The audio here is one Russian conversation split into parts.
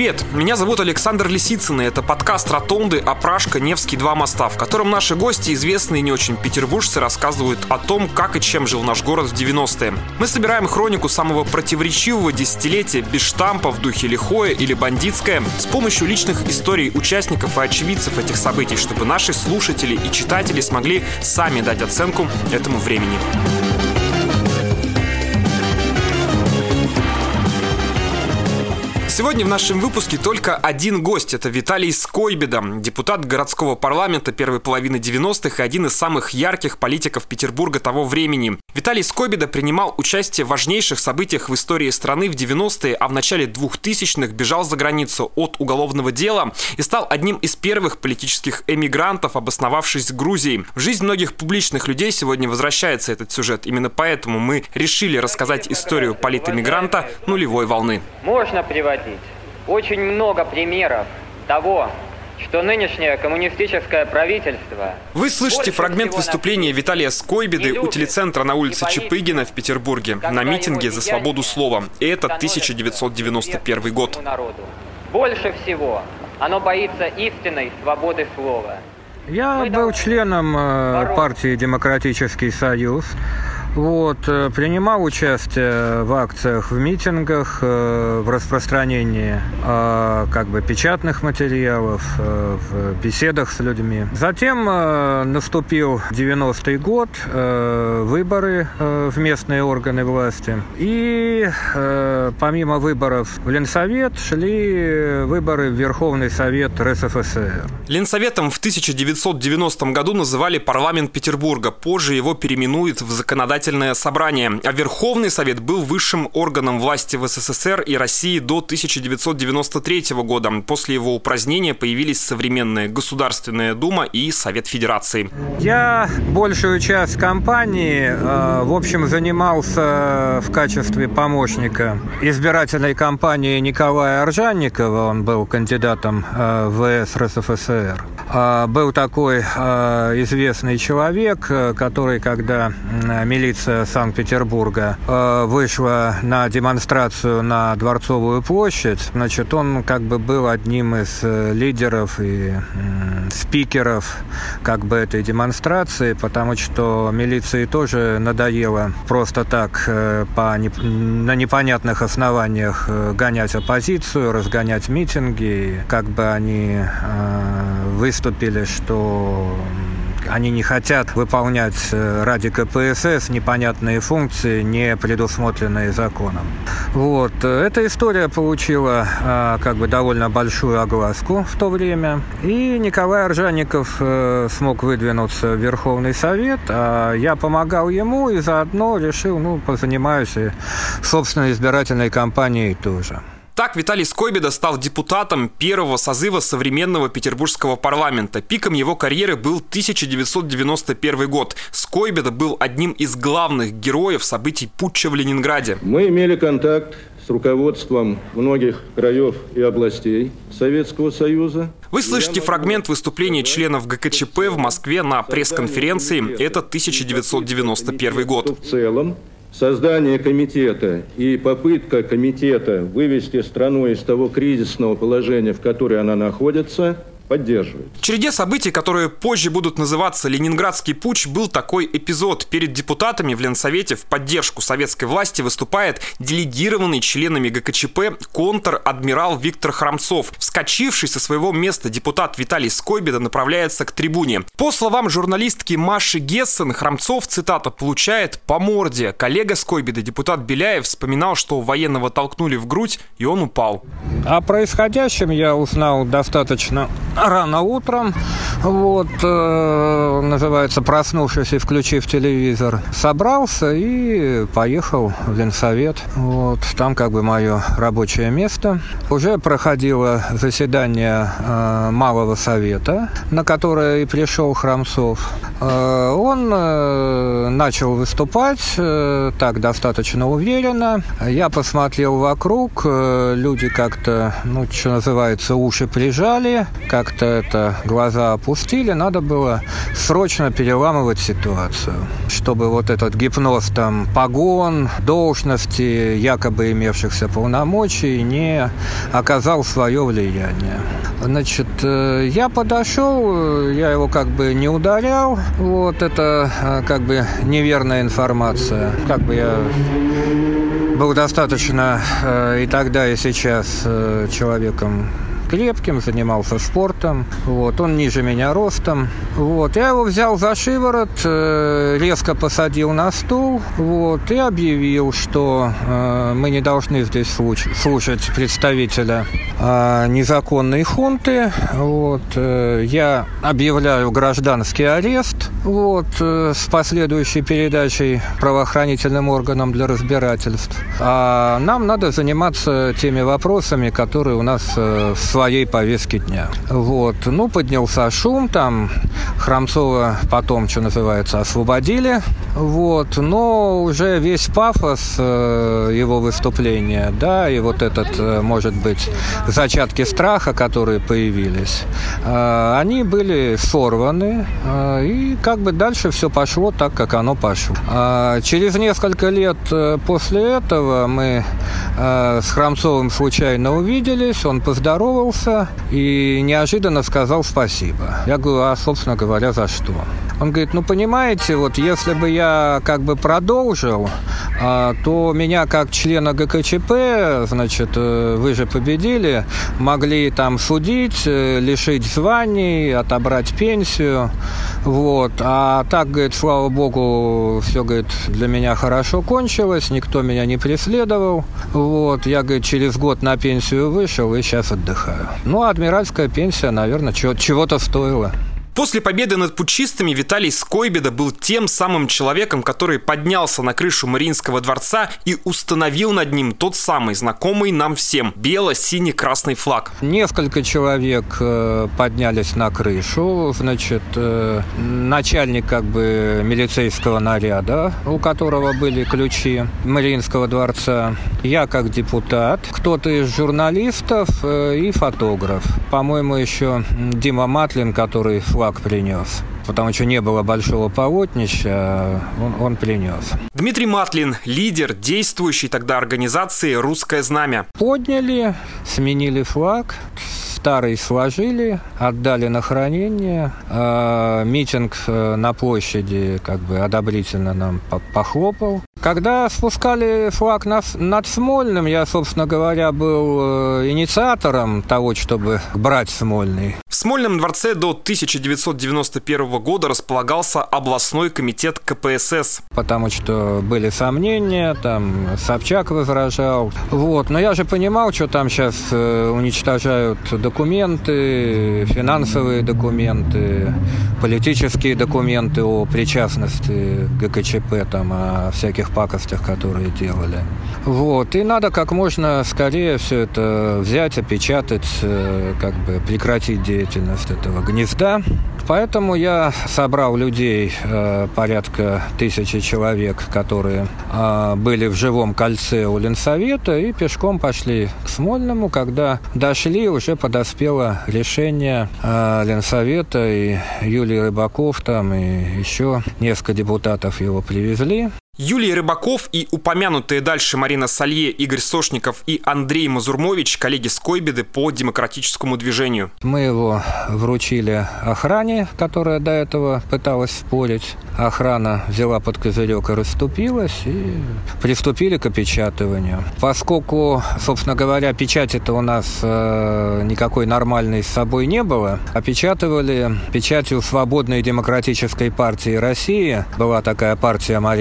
Привет, меня зовут Александр Лисицын, и это подкаст «Ротонды. Опрашка. Невский. Два моста», в котором наши гости, известные и не очень петербуржцы, рассказывают о том, как и чем жил наш город в 90-е. Мы собираем хронику самого противоречивого десятилетия без штампа в духе лихое или бандитское, с помощью личных историй участников и очевидцев этих событий, чтобы наши слушатели и читатели смогли сами дать оценку этому времени. Сегодня в нашем выпуске только один гость. Это Виталий Скойбеда, депутат городского парламента первой половины 90-х и один из самых ярких политиков Петербурга того времени. Виталий Скойбеда принимал участие в важнейших событиях в истории страны в 90-е, а в начале 2000-х бежал за границу от уголовного дела и стал одним из первых политических эмигрантов, обосновавшись в Грузии. В жизнь многих публичных людей сегодня возвращается этот сюжет. Именно поэтому мы решили рассказать историю политэмигранта нулевой волны. Можно приводить очень много примеров того, что нынешнее коммунистическое правительство... Вы слышите фрагмент выступления Виталия Скойбеды у телецентра на улице Чапыгина в Петербурге на митинге за свободу слова. И это 1991 год. Больше всего оно боится истинной свободы слова. Я был членом партии «Демократический союз». Принимал участие в акциях, в митингах, в распространении печатных материалов, в беседах с людьми. Затем наступил 90-й год, выборы в местные органы власти. И помимо выборов в Ленсовет шли выборы в Верховный Совет РСФСР. Ленсоветом в 1990 году называли парламент Петербурга. Позже его переименуют в законодательное собрание, а Верховный Совет был высшим органом власти в СССР и России до 1993 года. После его упразднения появились современная Государственная Дума и Совет Федерации. Я большую часть кампании, занимался в качестве помощника избирательной кампании Николая Орджонникова. Он был кандидатом в ВС РСФСР. Был такой известный человек, который, когда милиция Санкт-Петербурга вышла на демонстрацию на Дворцовую площадь, он был одним из лидеров и спикеров этой демонстрации, потому что милиции тоже надоело просто так на непонятных основаниях гонять оппозицию, разгонять митинги. Они выступили, что они не хотят выполнять ради КПСС непонятные функции, не предусмотренные законом. Эта история получила довольно большую огласку в то время. И Николай Орджонников смог выдвинуться в Верховный Совет, а я помогал ему и заодно решил, позанимаюсь и собственной избирательной кампанией тоже. Так Виталий Скойбеда стал депутатом первого созыва современного петербургского парламента. Пиком его карьеры был 1991 год. Скойбеда был одним из главных героев событий путча в Ленинграде. Мы имели контакт с руководством многих краев и областей Советского Союза. Вы слышите фрагмент выступления членов ГКЧП в Москве на пресс-конференции. Это 1991 год. В целом, создание комитета и попытка комитета вывести страну из того кризисного положения, в котором она находится, поддерживает. В череде событий, которые позже будут называться «Ленинградский путч», был такой эпизод. Перед депутатами в Ленсовете в поддержку советской власти выступает делегированный членами ГКЧП контр-адмирал Виктор Храмцов. Вскочивший со своего места депутат Виталий Скойбеда направляется к трибуне. По словам журналистки Маши Гессен, Храмцов, цитата, получает по морде. Коллега Скойбеда, депутат Беляев, вспоминал, что военного толкнули в грудь, и он упал. О происходящем я узнал достаточно рано утром, называется, проснувшись и включив телевизор, собрался и поехал в Ленсовет. Там мое рабочее место. Уже проходило заседание Малого Совета, на которое и пришел Храмцов. Он начал выступать так достаточно уверенно. Я посмотрел вокруг, люди как-то, что называется, уши прижали, как-то глаза опустили. Надо было срочно переламывать ситуацию, чтобы вот этот гипноз там погон, должности, якобы имевшихся полномочий, не оказал свое влияние. Значит, я подошел, я его как бы не ударял. Вот это как бы неверная информация. Как бы я был достаточно и тогда, и сейчас человеком крепким, занимался спортом. Вот, он ниже меня ростом. Вот, я его взял за шиворот, резко посадил на стул, вот, и объявил, что мы не должны здесь слушать представителя незаконной хунты. Вот, я объявляю гражданский арест, вот, с последующей передачей правоохранительным органам для разбирательств. А нам надо заниматься теми вопросами, которые у нас в своей повестке дня. Вот. Поднялся шум, там Храмцова потом, что называется, освободили. Вот. Но уже весь пафос его выступления, да, и вот этот, может быть, зачатки страха, которые появились, они были сорваны, и как бы дальше все пошло так, как оно пошло. Через несколько лет после этого мы с Храмцовым случайно увиделись, он поздоровался и неожиданно сказал спасибо. Я говорю, собственно говоря, за что? Он говорит, понимаете, вот если бы я как бы продолжил, то меня как члена ГКЧП, значит, вы же победили, могли там судить, лишить званий, отобрать пенсию, вот. А так, говорит, слава богу, все, говорит, для меня хорошо кончилось, никто меня не преследовал, вот. Я, говорит, через год на пенсию вышел и сейчас отдыхаю. Адмиральская пенсия, наверное, чего-то стоила. После победы над путчистами Виталий Скойбеда был тем самым человеком, который поднялся на крышу Мариинского дворца и установил над ним тот самый знакомый нам всем бело-синий-красный флаг. Несколько человек поднялись на крышу, значит, начальник как бы милицейского наряда, у которого были ключи Мариинского дворца, я как депутат, кто-то из журналистов и фотограф. По-моему, еще Дима Матлин, который флаг принес. Потому что не было большого полотнища, он принес. Дмитрий Матлин, лидер действующей тогда организации «Русское знамя». Подняли, сменили флаг, старый сложили, отдали на хранение. Митинг на площади как бы одобрительно нам похлопал. Когда спускали флаг над Смольным, я, собственно говоря, был инициатором того, чтобы брать Смольный. В Смольном дворце до 1991 года располагался областной комитет КПСС. Потому что были сомнения, там Собчак возражал. Вот. Но я же понимал, что там сейчас уничтожают документы, финансовые документы, политические документы о причастности ГКЧП, там, о всяких пакостях, которые делали. Вот. И надо как можно скорее все это взять, опечатать, как бы прекратить деятельность этого гнезда. Поэтому я собрал людей, порядка 1000 человек, которые были в живом кольце у Ленсовета, и пешком пошли к Смольному. Когда дошли, уже подоспело решение Ленсовета, и Юлий Рыбаков там, и еще несколько депутатов его привезли. Юлий Рыбаков и упомянутые дальше Марина Салье, Игорь Сошников и Андрей Мазурмович, коллеги Скойбеды по демократическому движению. Мы его вручили охране, которая до этого пыталась спорить. Охрана взяла под козырек и расступилась, и приступили к опечатыванию. Поскольку, собственно говоря, печати-то у нас никакой нормальной с собой не было, опечатывали печатью Свободной демократической партии России. Была такая партия Марины Салье,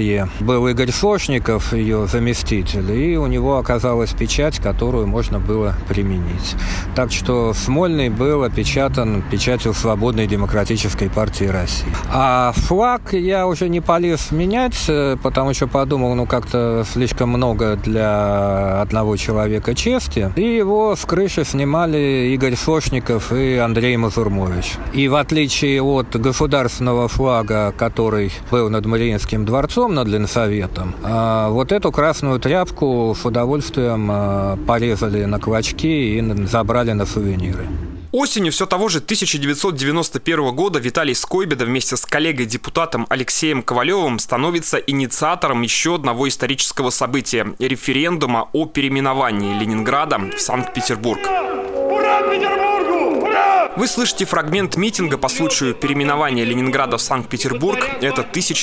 ателье был Игорь Сошников, ее заместитель, и у него оказалась печать, которую можно было применить. Так что Смольный был опечатан печатью Свободной демократической партии России. А флаг я уже не полез менять, потому что подумал, как-то слишком много для одного человека чести. И его с крыши снимали Игорь Сошников и Андрей Мазурмович. И в отличие от государственного флага, который был над Мариинским дворцом, над Ленсоветом, вот эту красную тряпку с удовольствием порезали на клочки и забрали на сувениры. Осенью все того же 1991 года Виталий Скойбеда вместе с коллегой-депутатом Алексеем Ковалевым становится инициатором еще одного исторического события – референдума о переименовании Ленинграда в Санкт-Петербург. Ура Петербургу! Ура! Вы слышите фрагмент митинга по случаю переименования Ленинграда в Санкт-Петербург. Это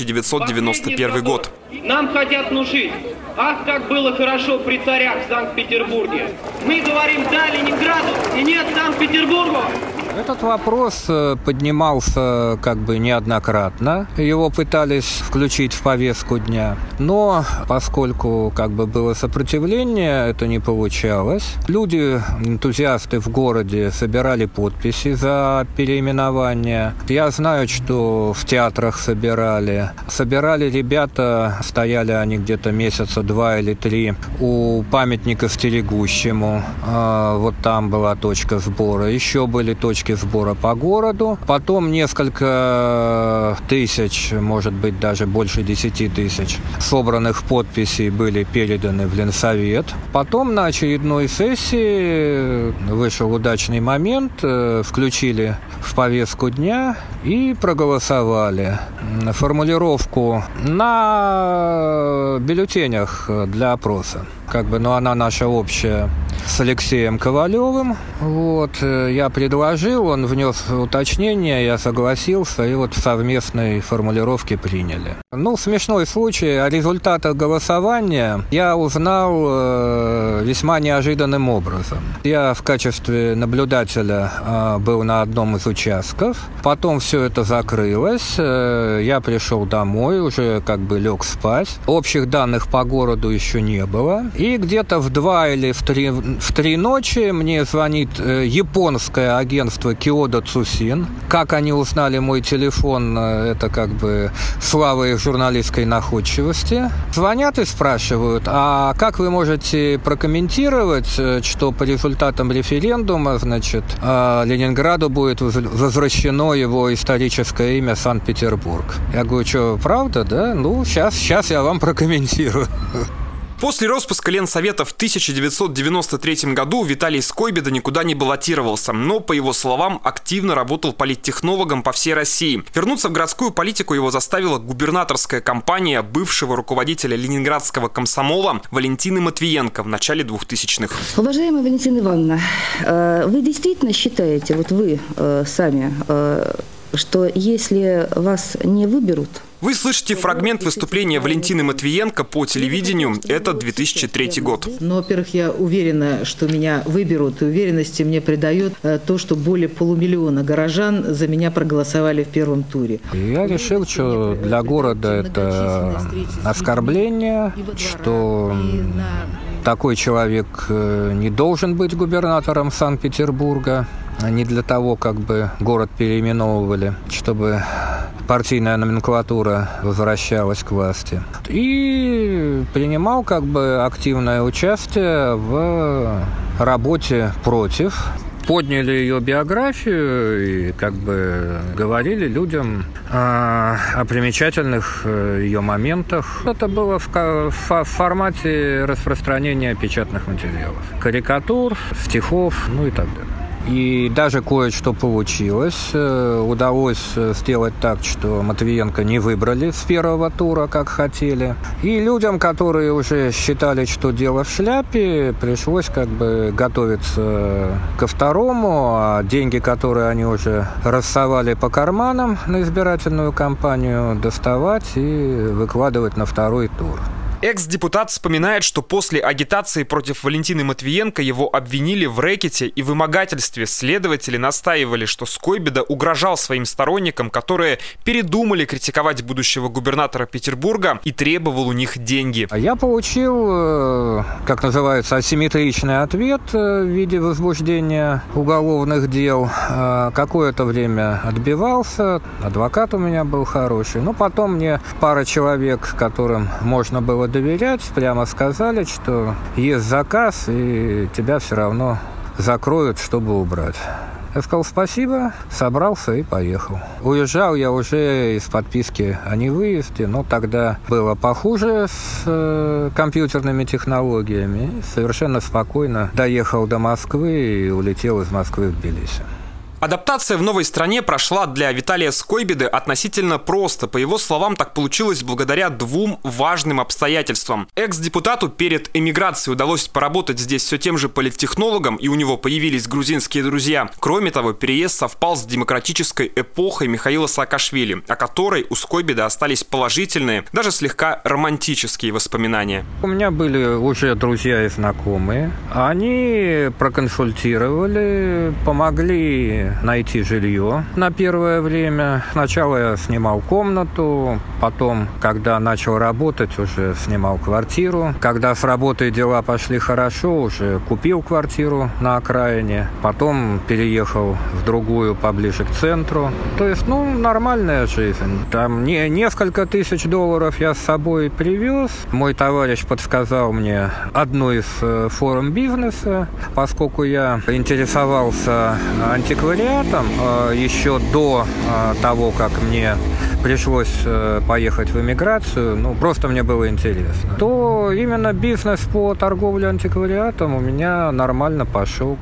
1991 год. Нам хотят внушить: ах, как было хорошо при царях в Санкт-Петербурге. Мы говорим «да» Ленинграду и «нет» Санкт-Петербургу. Этот вопрос поднимался неоднократно. Его пытались включить в повестку дня. Но поскольку было сопротивление, это не получалось. Люди, энтузиасты в городе, собирали подписи за переименование. Я знаю, что в театрах собирали. Собирали ребята, стояли они где-то месяца 2 или 3 у памятника Стерегущему. Вот там была точка сбора. Еще были точки сбора по городу. Потом несколько тысяч, может быть, даже больше 10 тысяч собранных подписей были переданы в Ленсовет. Потом на очередной сессии вышел удачный момент, включили в повестку дня и проголосовали. Формулировку на бюллетенях для опроса. Но она наша общая с Алексеем Ковалевым. Я предложил, он внес уточнение, я согласился, и в совместной формулировке приняли. Смешной случай. О результатах голосования я узнал весьма неожиданным образом. Я в качестве наблюдателя был на одном из участков. Потом все это закрылось. Я пришел домой, уже лег спать. Общих данных по городу еще не было. И где-то в 2 или в 3 ночи мне звонит японское агентство Киода Цусин. Как они узнали мой телефон, это слава их журналистской находчивости. Звонят и спрашивают: а как вы можете прокомментировать, что по результатам референдума, Ленинграду будет возвращено его историческое имя Санкт-Петербург? Я говорю: что, правда, да? Сейчас я вам прокомментирую. После распуска Ленсовета в 1993 году Виталий Скойбеда никуда не баллотировался, но, по его словам, активно работал политтехнологом по всей России. Вернуться в городскую политику его заставила губернаторская кампания бывшего руководителя ленинградского комсомола Валентины Матвиенко в начале 2000-х. Уважаемая Валентина Ивановна, вы действительно считаете, вы сами, что если вас не выберут... Вы слышите фрагмент выступления Валентины Матвиенко по телевидению. Это 2003 год. Но, во-первых, я уверена, что меня выберут, и уверенности мне придает то, что более 500 000 горожан за меня проголосовали в первом туре. Я решил, что для города это оскорбление, что такой человек не должен быть губернатором Санкт-Петербурга. Не для того, город переименовывали, чтобы партийная номенклатура возвращалась к власти. И принимал активное участие в работе против. Подняли ее биографию и говорили людям о примечательных ее моментах. Это было в формате распространения печатных материалов. Карикатур, стихов, и так далее. И даже кое-что получилось. Удалось сделать так, что Матвиенко не выбрали с первого тура, как хотели. И людям, которые уже считали, что дело в шляпе, пришлось готовиться ко второму, а деньги, которые они уже рассовали по карманам на избирательную кампанию, доставать и выкладывать на второй тур. Экс-депутат вспоминает, что после агитации против Валентины Матвиенко его обвинили в рэкете и вымогательстве. Следователи настаивали, что Скойбеда угрожал своим сторонникам, которые передумали критиковать будущего губернатора Петербурга, и требовал у них деньги. Я получил, как называется, асимметричный ответ в виде возбуждения уголовных дел. Какое-то время отбивался, адвокат у меня был хороший. Но потом мне пара человек, которым можно было доверять, прямо сказали, что есть заказ, и тебя все равно закроют, чтобы убрать. Я сказал спасибо, собрался и поехал. Уезжал я уже из подписки о невыезде, но тогда было похуже с компьютерными технологиями. Совершенно спокойно доехал до Москвы и улетел из Москвы в Тбилиси. Адаптация в новой стране прошла для Виталия Скойбеды относительно просто. По его словам, так получилось благодаря двум важным обстоятельствам. Экс-депутату перед эмиграцией удалось поработать здесь все тем же политтехнологом, и у него появились грузинские друзья. Кроме того, переезд совпал с демократической эпохой Михаила Саакашвили, о которой у Скойбеды остались положительные, даже слегка романтические воспоминания. У меня были уже друзья и знакомые. Они проконсультировали, помогли найти жилье на первое время. Сначала я снимал комнату, потом, когда начал работать, уже снимал квартиру. Когда с работой дела пошли хорошо, уже купил квартиру на окраине, потом переехал в другую, поближе к центру. То есть, нормальная жизнь. Там несколько тысяч долларов я с собой привез. Мой товарищ подсказал мне одну из форм бизнеса, поскольку я интересовался антиквариатом еще до того, как мне пришлось поехать в эмиграцию, просто мне было интересно, то именно бизнес по торговле антиквариатом у меня нормально пошел.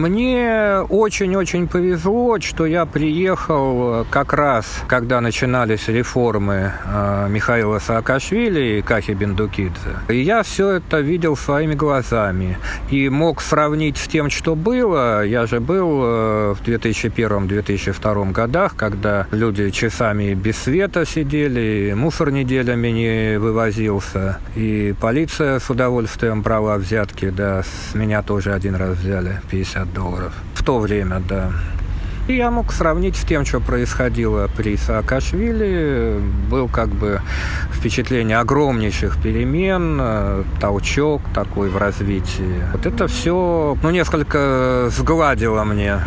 Мне очень-очень повезло, что я приехал как раз, когда начинались реформы Михаила Саакашвили и Кахи Бендукидзе. И я все это видел своими глазами и мог сравнить с тем, что было. Я же был в 2001-2002 годах, когда люди часами без света сидели, мусор неделями не вывозился, и полиция с удовольствием брала взятки, да, с меня тоже один раз взяли $50. В то время, да. И я мог сравнить с тем, что происходило при Саакашвили. Был как бы впечатление огромнейших перемен, толчок такой в развитии. Вот это все, несколько сгладило мне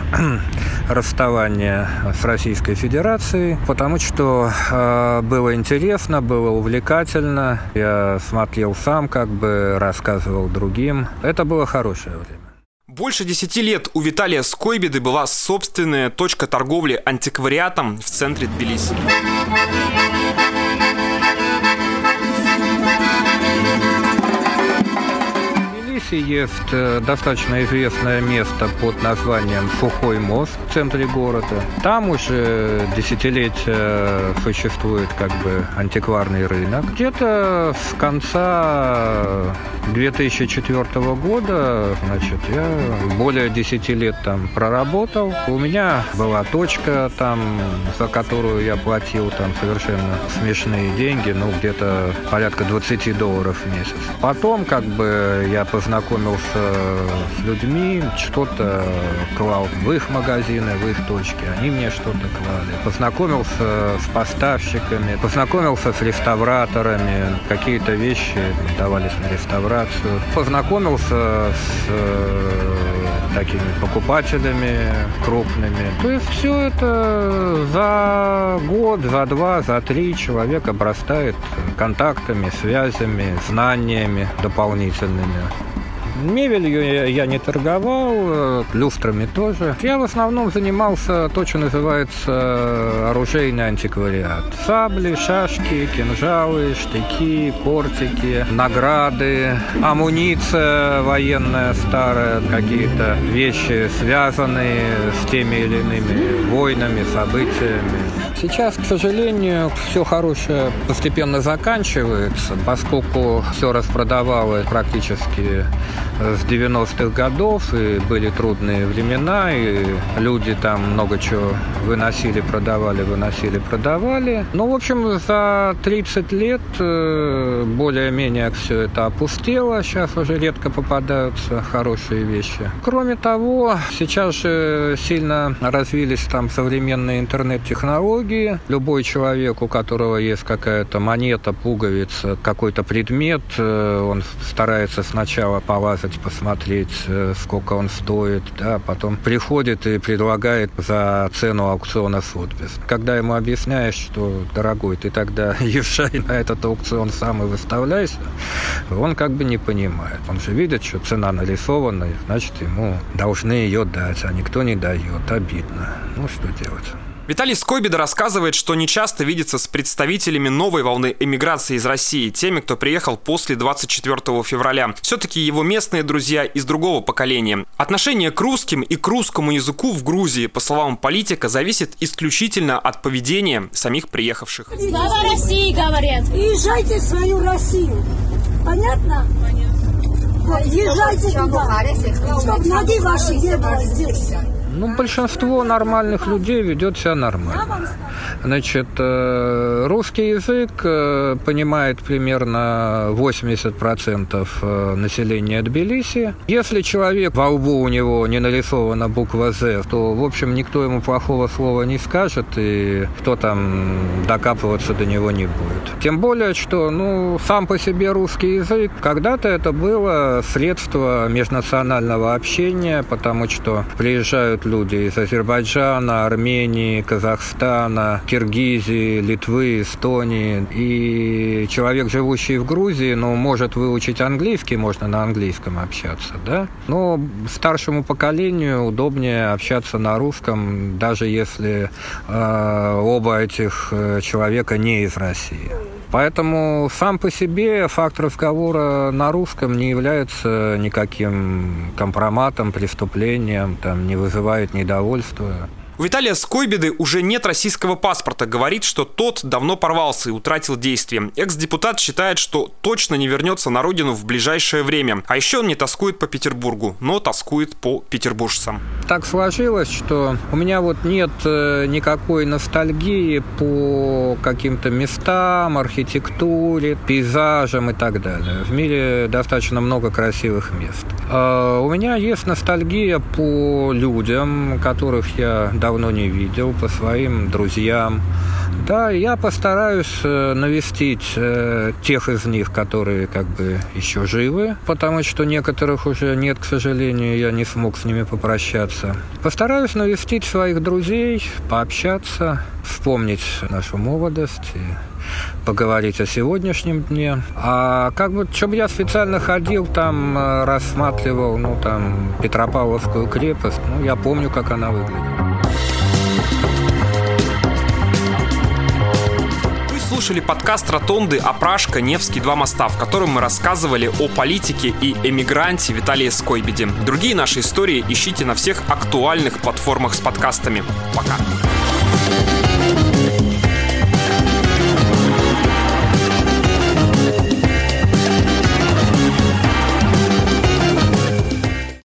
расставание с Российской Федерацией, потому что было интересно, было увлекательно. Я смотрел сам, рассказывал другим. Это было хорошее время. Больше 10 лет у Виталия Скойбеды была собственная точка торговли антиквариатом в центре Тбилиси. Есть достаточно известное место под названием Сухой мост в центре города. Там уже десятилетия существует антикварный рынок. Где-то с конца 2004 года, я более 10 лет там проработал. У меня была точка там, за которую я платил совершенно смешные деньги, где-то порядка $20 в месяц. Потом я познакомился с людьми, что-то клал в их магазины, в их точки, они мне что-то клали. Познакомился с поставщиками, познакомился с реставраторами, какие-то вещи давались на реставрацию. Познакомился с такими покупателями крупными. То есть все это за год, за два, за три человек обрастает контактами, связями, знаниями дополнительными. Мебелью я не торговал, люстрами тоже. Я в основном занимался то, что называется оружейный антиквариат. Сабли, шашки, кинжалы, штыки, кортики, награды, амуниция военная старая, какие-то вещи, связанные с теми или иными войнами, событиями. Сейчас, к сожалению, все хорошее постепенно заканчивается, поскольку все распродавалось практически с 90-х годов, и были трудные времена, и люди там много чего выносили, продавали. Ну, в общем, за 30 лет более-менее все это опустело, сейчас уже редко попадаются хорошие вещи. Кроме того, сейчас же сильно развились там современные интернет-технологии. Любой человек, у которого есть какая-то монета, пуговица, какой-то предмет, он старается сначала полазать, посмотреть, сколько он стоит, да, потом приходит и предлагает за цену аукциона Сотбис. Когда ему объясняешь, что, дорогой, ты тогда езжай на этот аукцион сам и выставляйся, он как бы не понимает. Он же видит, что цена нарисована, значит, ему должны ее дать, а никто не дает. Обидно. Ну, что делать? Виталий Скойбеда рассказывает, что нечасто видится с представителями новой волны эмиграции из России, теми, кто приехал после 24 февраля. Все-таки его местные друзья из другого поколения. Отношение к русским и к русскому языку в Грузии, по словам политика, зависит исключительно от поведения самих приехавших. Слава России, говорят! Езжайте в свою Россию. Понятно? Вот, езжайте туда, чтобы ноги ваши не было здесь. Ну, большинство нормальных людей ведет себя нормально. Значит, русский язык понимает примерно 80% населения Тбилиси. Если человек во лбу у него не нарисована буква «З», то, в общем, никто ему плохого слова не скажет, и кто там докапываться до него не будет. Тем более, что, ну, сам по себе русский язык, когда-то это было средство межнационального общения, потому что приезжают люди из Азербайджана, Армении, Казахстана, Киргизии, Литвы, Эстонии. И человек, живущий в Грузии, ну, может выучить английский, можно на английском общаться, да? Но старшему поколению удобнее общаться на русском, даже если оба этих человека не из России. Поэтому сам по себе факт разговора на русском не является никаким компроматом, преступлением, там, не вызывает недовольства. У Виталия Скойбеды уже нет российского паспорта. Говорит, что тот давно порвался и утратил действие. Экс-депутат считает, что точно не вернется на родину в ближайшее время. А еще он не тоскует по Петербургу, но тоскует по петербуржцам. Так сложилось, что у меня вот нет никакой ностальгии по каким-то местам, архитектуре, пейзажам и так далее. В мире достаточно много красивых мест. У меня есть ностальгия по людям, которых я давно не видел, по своим друзьям. Да, я постараюсь навестить тех из них, которые как бы еще живы, потому что некоторых уже нет, к сожалению, я не смог с ними попрощаться. Постараюсь навестить своих друзей, пообщаться, вспомнить нашу молодость и поговорить о сегодняшнем дне. А как бы, чтобы я специально ходил там, рассматривал, ну, там, Петропавловскую крепость, ну, я помню, как она выглядит. Слушали подкаст «Ротонды. Опрашка. Невский. Два моста», в котором мы рассказывали о политике и эмигранте Виталии Скойбеде. Другие наши истории ищите на всех актуальных платформах с подкастами. Пока!